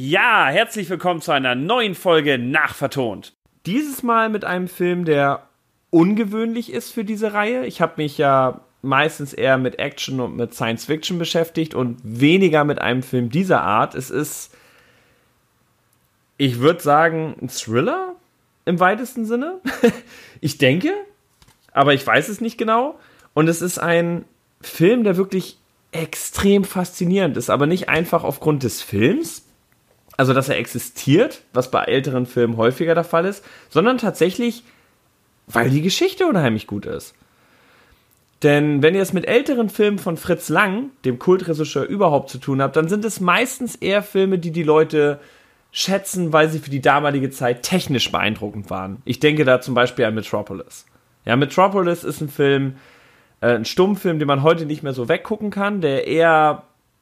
Ja, herzlich willkommen zu einer neuen Folge Nachvertont. Dieses Mal mit einem Film, der ungewöhnlich ist für diese Reihe. Ich habe mich ja meistens eher mit Action und mit Science Fiction beschäftigt und weniger mit einem Film dieser Art. Es ist, ich würde sagen, ein Thriller im weitesten Sinne. Ich denke, aber ich weiß es nicht genau. Und es ist ein Film, der wirklich extrem faszinierend ist, aber nicht einfach aufgrund des Films, also dass er existiert, was bei älteren Filmen häufiger der Fall ist, sondern tatsächlich, weil die Geschichte unheimlich gut ist. Denn wenn ihr es mit älteren Filmen von Fritz Lang, dem Kultregisseur, überhaupt zu tun habt, dann sind es meistens eher Filme, die Leute schätzen, weil sie für die damalige Zeit technisch beeindruckend waren. Ich denke da zum Beispiel an Metropolis. Ja, Metropolis ist ein Film, ein Stummfilm, den man heute nicht mehr so weggucken kann, der eher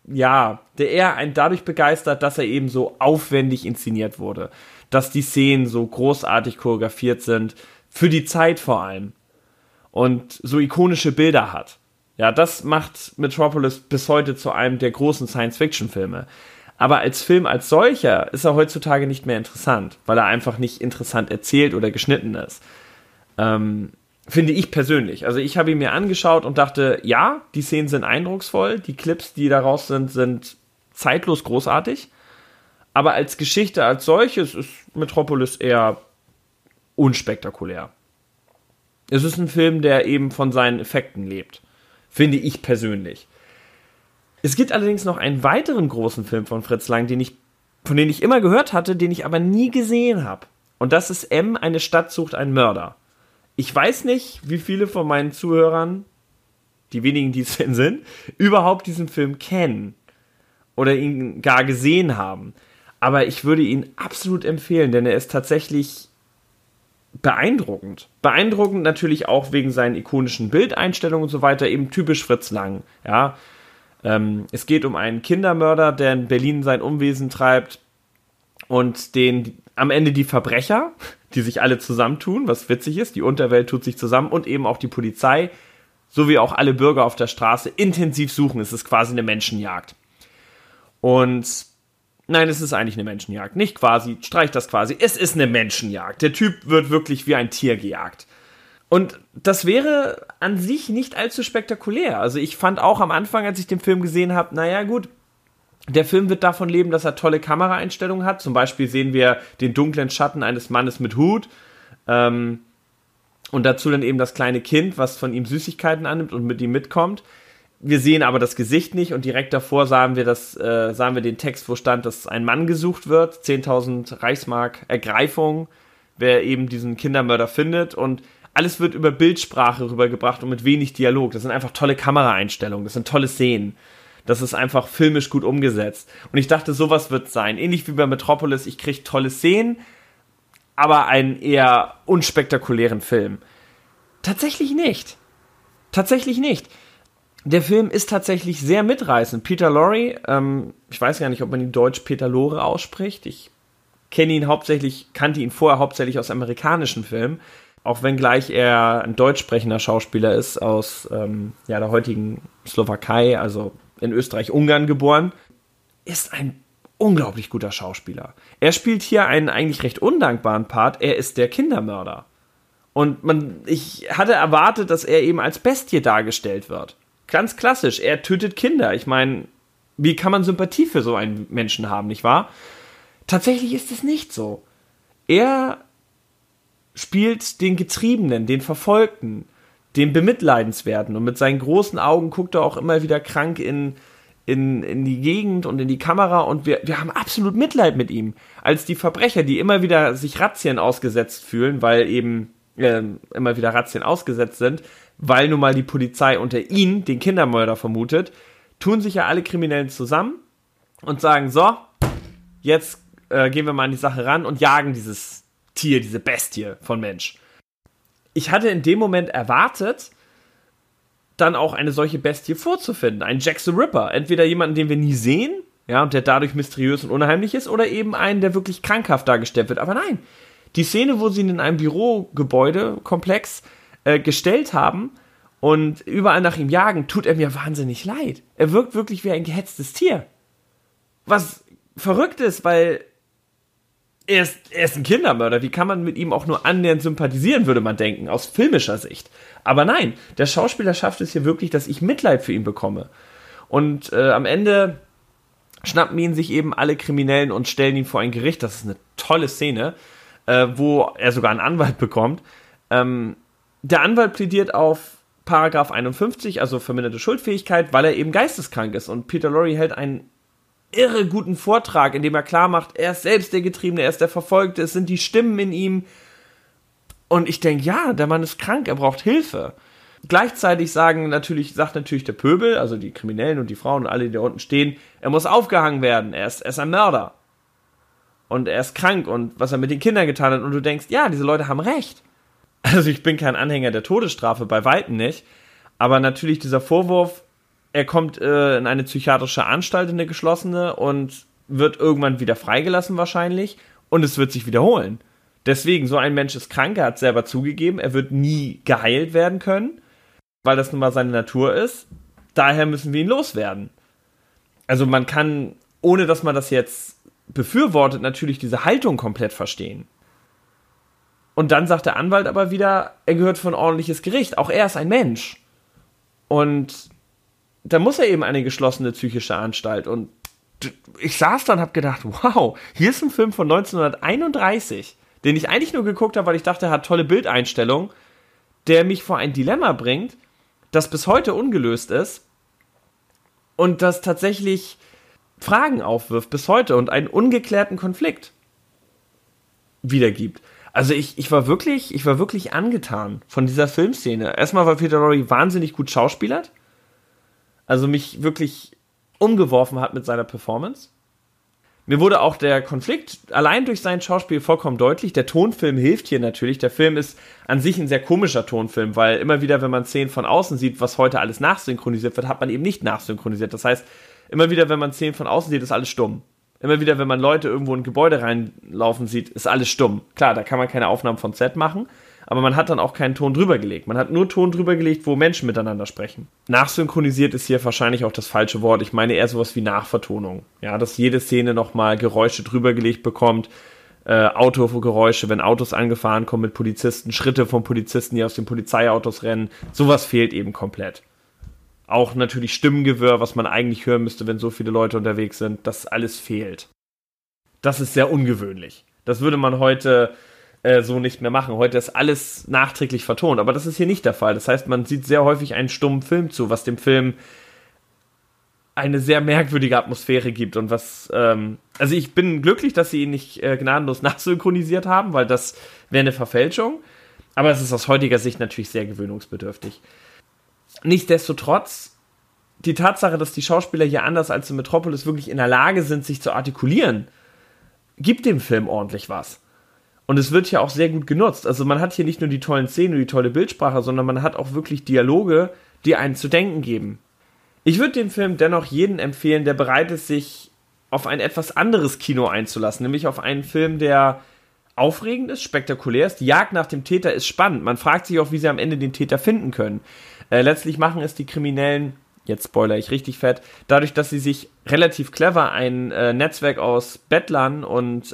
einen dadurch begeistert, dass er eben so aufwendig inszeniert wurde. Dass die Szenen so großartig choreografiert sind, für die Zeit vor allem. Und so ikonische Bilder hat. Ja, das macht Metropolis bis heute zu einem der großen Science-Fiction-Filme. Aber als Film als solcher ist er heutzutage nicht mehr interessant, weil er einfach nicht interessant erzählt oder geschnitten ist. Finde ich persönlich. Also ich habe ihn mir angeschaut und dachte, ja, die Szenen sind eindrucksvoll, die Clips, die daraus sind zeitlos großartig. Aber als Geschichte als solches ist Metropolis eher unspektakulär. Es ist ein Film, der eben von seinen Effekten lebt. Finde ich persönlich. Es gibt allerdings noch einen weiteren großen Film von Fritz Lang, von dem ich immer gehört hatte, den ich aber nie gesehen habe. Und das ist M, eine Stadt sucht einen Mörder. Ich weiß nicht, wie viele von meinen Zuhörern, die wenigen, die es denn sind, überhaupt diesen Film kennen oder ihn gar gesehen haben. Aber ich würde ihn absolut empfehlen, denn er ist tatsächlich beeindruckend. Beeindruckend natürlich auch wegen seinen ikonischen Bildeinstellungen und so weiter, eben typisch Fritz Lang. Ja? Es geht um einen Kindermörder, der in Berlin sein Unwesen treibt und am Ende die Verbrecher, die sich alle zusammentun, was witzig ist, die Unterwelt tut sich zusammen und eben auch die Polizei, sowie auch alle Bürger auf der Straße intensiv suchen. Es ist quasi eine Menschenjagd. Und nein, es ist eigentlich eine Menschenjagd. Nicht quasi, streich das quasi. Es ist eine Menschenjagd. Der Typ wird wirklich wie ein Tier gejagt. Und das wäre an sich nicht allzu spektakulär. Also ich fand auch am Anfang, als ich den Film gesehen habe, naja gut, der Film wird davon leben, dass er tolle Kameraeinstellungen hat. Zum Beispiel sehen wir den dunklen Schatten eines Mannes mit Hut. Und dazu dann eben das kleine Kind, was von ihm Süßigkeiten annimmt und mit ihm mitkommt. Wir sehen aber das Gesicht nicht und direkt davor sahen wir den Text, wo stand, dass ein Mann gesucht wird. 10.000 Reichsmark Ergreifung, wer eben diesen Kindermörder findet. Und alles wird über Bildsprache rübergebracht und mit wenig Dialog. Das sind einfach tolle Kameraeinstellungen, das sind tolle Szenen. Das ist einfach filmisch gut umgesetzt. Und ich dachte, sowas wird sein. Ähnlich wie bei Metropolis, ich kriege tolle Szenen, aber einen eher unspektakulären Film. Tatsächlich nicht. Tatsächlich nicht. Der Film ist tatsächlich sehr mitreißend. Peter Lorre, ich weiß gar nicht, ob man ihn deutsch Peter Lorre ausspricht. Ich kannte ihn vorher hauptsächlich aus amerikanischen Filmen. Auch wenn gleich er ein deutsch sprechender Schauspieler ist aus der heutigen Slowakei, also in Österreich-Ungarn geboren, ist ein unglaublich guter Schauspieler. Er spielt hier einen eigentlich recht undankbaren Part. Er ist der Kindermörder. Und ich hatte erwartet, dass er eben als Bestie dargestellt wird. Ganz klassisch, er tötet Kinder. Ich meine, wie kann man Sympathie für so einen Menschen haben, nicht wahr? Tatsächlich ist es nicht so. Er spielt den Getriebenen, den Verfolgten, den Bemitleidenswerten und mit seinen großen Augen guckt er auch immer wieder krank in die Gegend und in die Kamera und wir haben absolut Mitleid mit ihm. Als die Verbrecher, die immer wieder sich Razzien ausgesetzt fühlen, weil eben immer wieder Razzien ausgesetzt sind, weil nun mal die Polizei unter ihnen den Kindermörder vermutet, tun sich ja alle Kriminellen zusammen und sagen, so, jetzt gehen wir mal an die Sache ran und jagen dieses Tier, diese Bestie von Mensch. Ich hatte in dem Moment erwartet, dann auch eine solche Bestie vorzufinden. Einen Jack the Ripper. Entweder jemanden, den wir nie sehen, ja, und der dadurch mysteriös und unheimlich ist, oder eben einen, der wirklich krankhaft dargestellt wird. Aber nein, die Szene, wo sie ihn in einem Bürogebäudekomplex gestellt haben und überall nach ihm jagen, tut er mir wahnsinnig leid. Er wirkt wirklich wie ein gehetztes Tier. Was verrückt ist, weil er ist ein Kindermörder. Wie kann man mit ihm auch nur annähernd sympathisieren, würde man denken, aus filmischer Sicht. Aber nein, der Schauspieler schafft es hier wirklich, dass ich Mitleid für ihn bekomme. Und am Ende schnappen ihn sich eben alle Kriminellen und stellen ihn vor ein Gericht. Das ist eine tolle Szene, wo er sogar einen Anwalt bekommt. Der Anwalt plädiert auf Paragraph 51, also verminderte Schuldfähigkeit, weil er eben geisteskrank ist. Und Peter Lorre hält einen irre guten Vortrag, in dem er klar macht, er ist selbst der Getriebene, er ist der Verfolgte, es sind die Stimmen in ihm. Und ich denke, ja, der Mann ist krank, er braucht Hilfe. Gleichzeitig sagt natürlich der Pöbel, also die Kriminellen und die Frauen und alle, die da unten stehen, er muss aufgehangen werden, er ist ein Mörder. Und er ist krank und was er mit den Kindern getan hat. Und du denkst, ja, diese Leute haben recht. Also ich bin kein Anhänger der Todesstrafe, bei Weitem nicht. Aber natürlich dieser Vorwurf, er kommt in eine psychiatrische Anstalt, in eine geschlossene, und wird irgendwann wieder freigelassen wahrscheinlich. Und es wird sich wiederholen. Deswegen, so ein Mensch ist krank, er hat selber zugegeben, er wird nie geheilt werden können, weil das nun mal seine Natur ist. Daher müssen wir ihn loswerden. Also man kann, ohne dass man das jetzt befürwortet, natürlich diese Haltung komplett verstehen. Und dann sagt der Anwalt aber wieder, er gehört vor ein ordentliches Gericht. Auch er ist ein Mensch. Und da muss er eben eine geschlossene psychische Anstalt. Und ich saß da und hab gedacht, wow, hier ist ein Film von 1931, den ich eigentlich nur geguckt habe, weil ich dachte, er hat tolle Bildeinstellungen, der mich vor ein Dilemma bringt, das bis heute ungelöst ist und das tatsächlich Fragen aufwirft bis heute und einen ungeklärten Konflikt wiedergibt. Also ich war wirklich angetan von dieser Filmszene. Erstmal, weil Peter Lorre wahnsinnig gut schauspielert, also mich wirklich umgeworfen hat mit seiner Performance. Mir wurde auch der Konflikt allein durch sein Schauspiel vollkommen deutlich. Der Tonfilm hilft hier natürlich. Der Film ist an sich ein sehr komischer Tonfilm, weil immer wieder, wenn man Szenen von außen sieht, was heute alles nachsynchronisiert wird, hat man eben nicht nachsynchronisiert. Das heißt, immer wieder, wenn man Szenen von außen sieht, ist alles stumm. Immer wieder, wenn man Leute irgendwo in ein Gebäude reinlaufen sieht, ist alles stumm. Klar, da kann man keine Aufnahmen von Set machen, aber man hat dann auch keinen Ton drüber gelegt. Man hat nur Ton drüber gelegt, wo Menschen miteinander sprechen. Nachsynchronisiert ist hier wahrscheinlich auch das falsche Wort. Ich meine eher sowas wie Nachvertonung. Ja, dass jede Szene nochmal Geräusche drüber gelegt bekommt. Autogeräusche, wenn Autos angefahren kommen mit Polizisten, Schritte von Polizisten, die aus den Polizeiautos rennen. Sowas fehlt eben komplett. Auch natürlich Stimmengewirr, was man eigentlich hören müsste, wenn so viele Leute unterwegs sind. Das alles fehlt. Das ist sehr ungewöhnlich. Das würde man heute so nicht mehr machen. Heute ist alles nachträglich vertont, aber das ist hier nicht der Fall. Das heißt, man sieht sehr häufig einen stummen Film zu, was dem Film eine sehr merkwürdige Atmosphäre gibt und was, also ich bin glücklich, dass sie ihn nicht gnadenlos nachsynchronisiert haben, weil das wäre eine Verfälschung, aber es ist aus heutiger Sicht natürlich sehr gewöhnungsbedürftig. Nichtsdestotrotz, die Tatsache, dass die Schauspieler hier anders als in Metropolis wirklich in der Lage sind, sich zu artikulieren, gibt dem Film ordentlich was. Und es wird hier auch sehr gut genutzt. Also man hat hier nicht nur die tollen Szenen und die tolle Bildsprache, sondern man hat auch wirklich Dialoge, die einen zu denken geben. Ich würde den Film dennoch jedem empfehlen, der bereit ist, sich auf ein etwas anderes Kino einzulassen, nämlich auf einen Film, der aufregend ist, spektakulär ist. Die Jagd nach dem Täter ist spannend. Man fragt sich auch, wie sie am Ende den Täter finden können. Letztlich machen es die Kriminellen, jetzt spoilere ich richtig fett, dadurch, dass sie sich relativ clever ein Netzwerk aus Bettlern und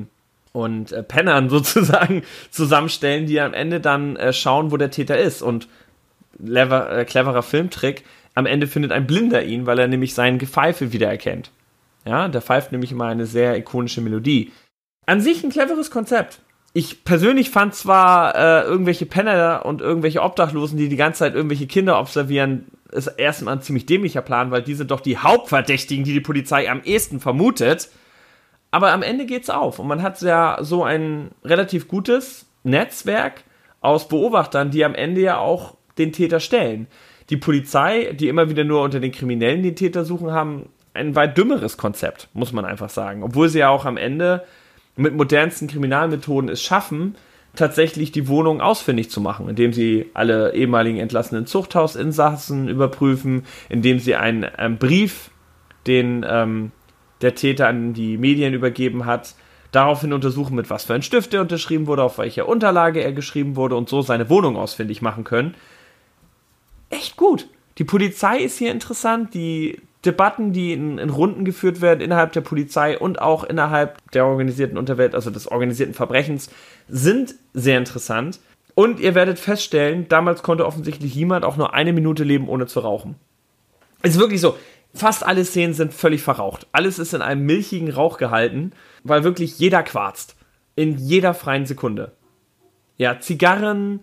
Pennern sozusagen zusammenstellen, die am Ende dann schauen, wo der Täter ist. Und cleverer Filmtrick, am Ende findet ein Blinder ihn, weil er nämlich sein Gepfeife wiedererkennt. Ja, der pfeift nämlich immer eine sehr ikonische Melodie. An sich ein cleveres Konzept. Ich persönlich fand zwar irgendwelche Penner und irgendwelche Obdachlosen, die ganze Zeit irgendwelche Kinder observieren, ist erstmal ein ziemlich dämlicher Plan, weil die sind doch die Hauptverdächtigen, die Polizei am ehesten vermutet. Aber am Ende geht's auf und man hat ja so ein relativ gutes Netzwerk aus Beobachtern, die am Ende ja auch den Täter stellen. Die Polizei, die immer wieder nur unter den Kriminellen den Täter suchen, haben ein weit dümmeres Konzept, muss man einfach sagen. Obwohl sie ja auch am Ende mit modernsten Kriminalmethoden es schaffen, tatsächlich die Wohnung ausfindig zu machen, indem sie alle ehemaligen entlassenen Zuchthausinsassen überprüfen, indem sie einen Brief, den der Täter an die Medien übergeben hat, daraufhin untersuchen, mit was für ein Stift er unterschrieben wurde, auf welcher Unterlage er geschrieben wurde und so seine Wohnung ausfindig machen können. Echt gut. Die Polizei ist hier interessant, die Debatten, die in Runden geführt werden innerhalb der Polizei und auch innerhalb der organisierten Unterwelt, also des organisierten Verbrechens, sind sehr interessant. Und ihr werdet feststellen, damals konnte offensichtlich niemand auch nur 1 Minute leben, ohne zu rauchen. Ist wirklich so. Fast alle Szenen sind völlig verraucht. Alles ist in einem milchigen Rauch gehalten, weil wirklich jeder quarzt. In jeder freien Sekunde. Ja, Zigarren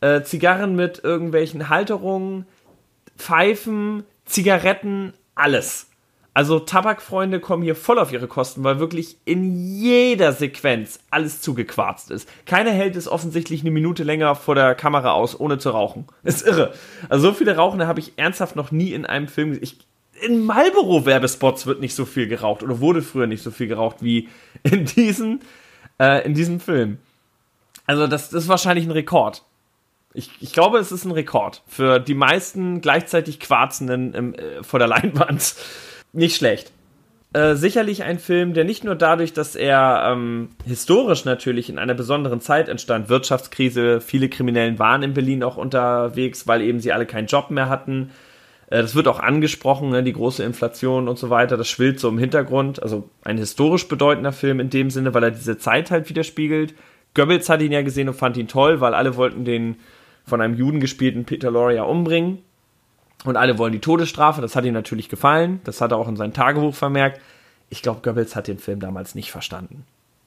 mit irgendwelchen Halterungen, Pfeifen, Zigaretten, alles. Also Tabakfreunde kommen hier voll auf ihre Kosten, weil wirklich in jeder Sequenz alles zugequarzt ist. Keiner hält es offensichtlich 1 Minute länger vor der Kamera aus, ohne zu rauchen. Ist irre. Also so viele Rauchende habe ich ernsthaft noch nie in einem Film gesehen. In Marlboro-Werbespots wird nicht so viel geraucht oder wurde früher nicht so viel geraucht wie in diesem Film. Also das ist wahrscheinlich ein Rekord. Ich glaube, es ist ein Rekord für die meisten gleichzeitig Quarzenden vor der Leinwand. Nicht schlecht. Sicherlich ein Film, der nicht nur dadurch, dass er historisch natürlich in einer besonderen Zeit entstand, Wirtschaftskrise, viele Kriminellen waren in Berlin auch unterwegs, weil eben sie alle keinen Job mehr hatten. Das wird auch angesprochen, ne, die große Inflation und so weiter, das schwillt so im Hintergrund. Also ein historisch bedeutender Film in dem Sinne, weil er diese Zeit halt widerspiegelt. Goebbels hat ihn ja gesehen und fand ihn toll, weil alle wollten den von einem Juden gespielten Peter Lorre ja umbringen. Und alle wollen die Todesstrafe, das hat ihm natürlich gefallen. Das hat er auch in sein Tagebuch vermerkt. Ich glaube, Goebbels hat den Film damals nicht verstanden.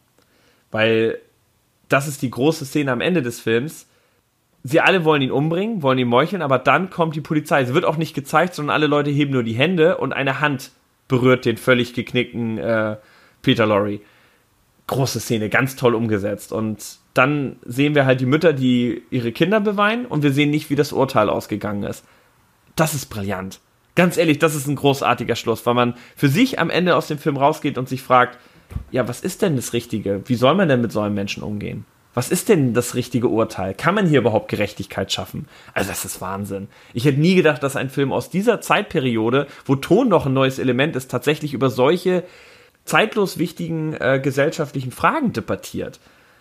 Weil das ist die große Szene am Ende des Films. Sie alle wollen ihn umbringen, wollen ihn meucheln, aber dann kommt die Polizei. Es wird auch nicht gezeigt, sondern alle Leute heben nur die Hände und eine Hand berührt den völlig geknickten Peter Lorre. Große Szene, ganz toll umgesetzt. Und dann sehen wir halt die Mütter, die ihre Kinder beweinen und wir sehen nicht, wie das Urteil ausgegangen ist. Das ist brillant. Ganz ehrlich, das ist ein großartiger Schluss, weil man für sich am Ende aus dem Film rausgeht und sich fragt, ja, was ist denn das Richtige? Wie soll man denn mit so einem Menschen umgehen? Was ist denn das richtige Urteil? Kann man hier überhaupt Gerechtigkeit schaffen? Also das ist Wahnsinn. Ich hätte nie gedacht, dass ein Film aus dieser Zeitperiode, wo Ton noch ein neues Element ist, tatsächlich über solche zeitlos wichtigen gesellschaftlichen Fragen debattiert.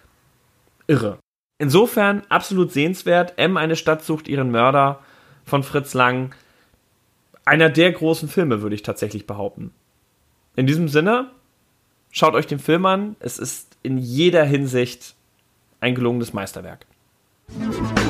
Irre. Insofern absolut sehenswert. Eine Stadt sucht ihren Mörder von Fritz Lang. Einer der großen Filme, würde ich tatsächlich behaupten. In diesem Sinne, schaut euch den Film an. Es ist in jeder Hinsicht ein gelungenes Meisterwerk.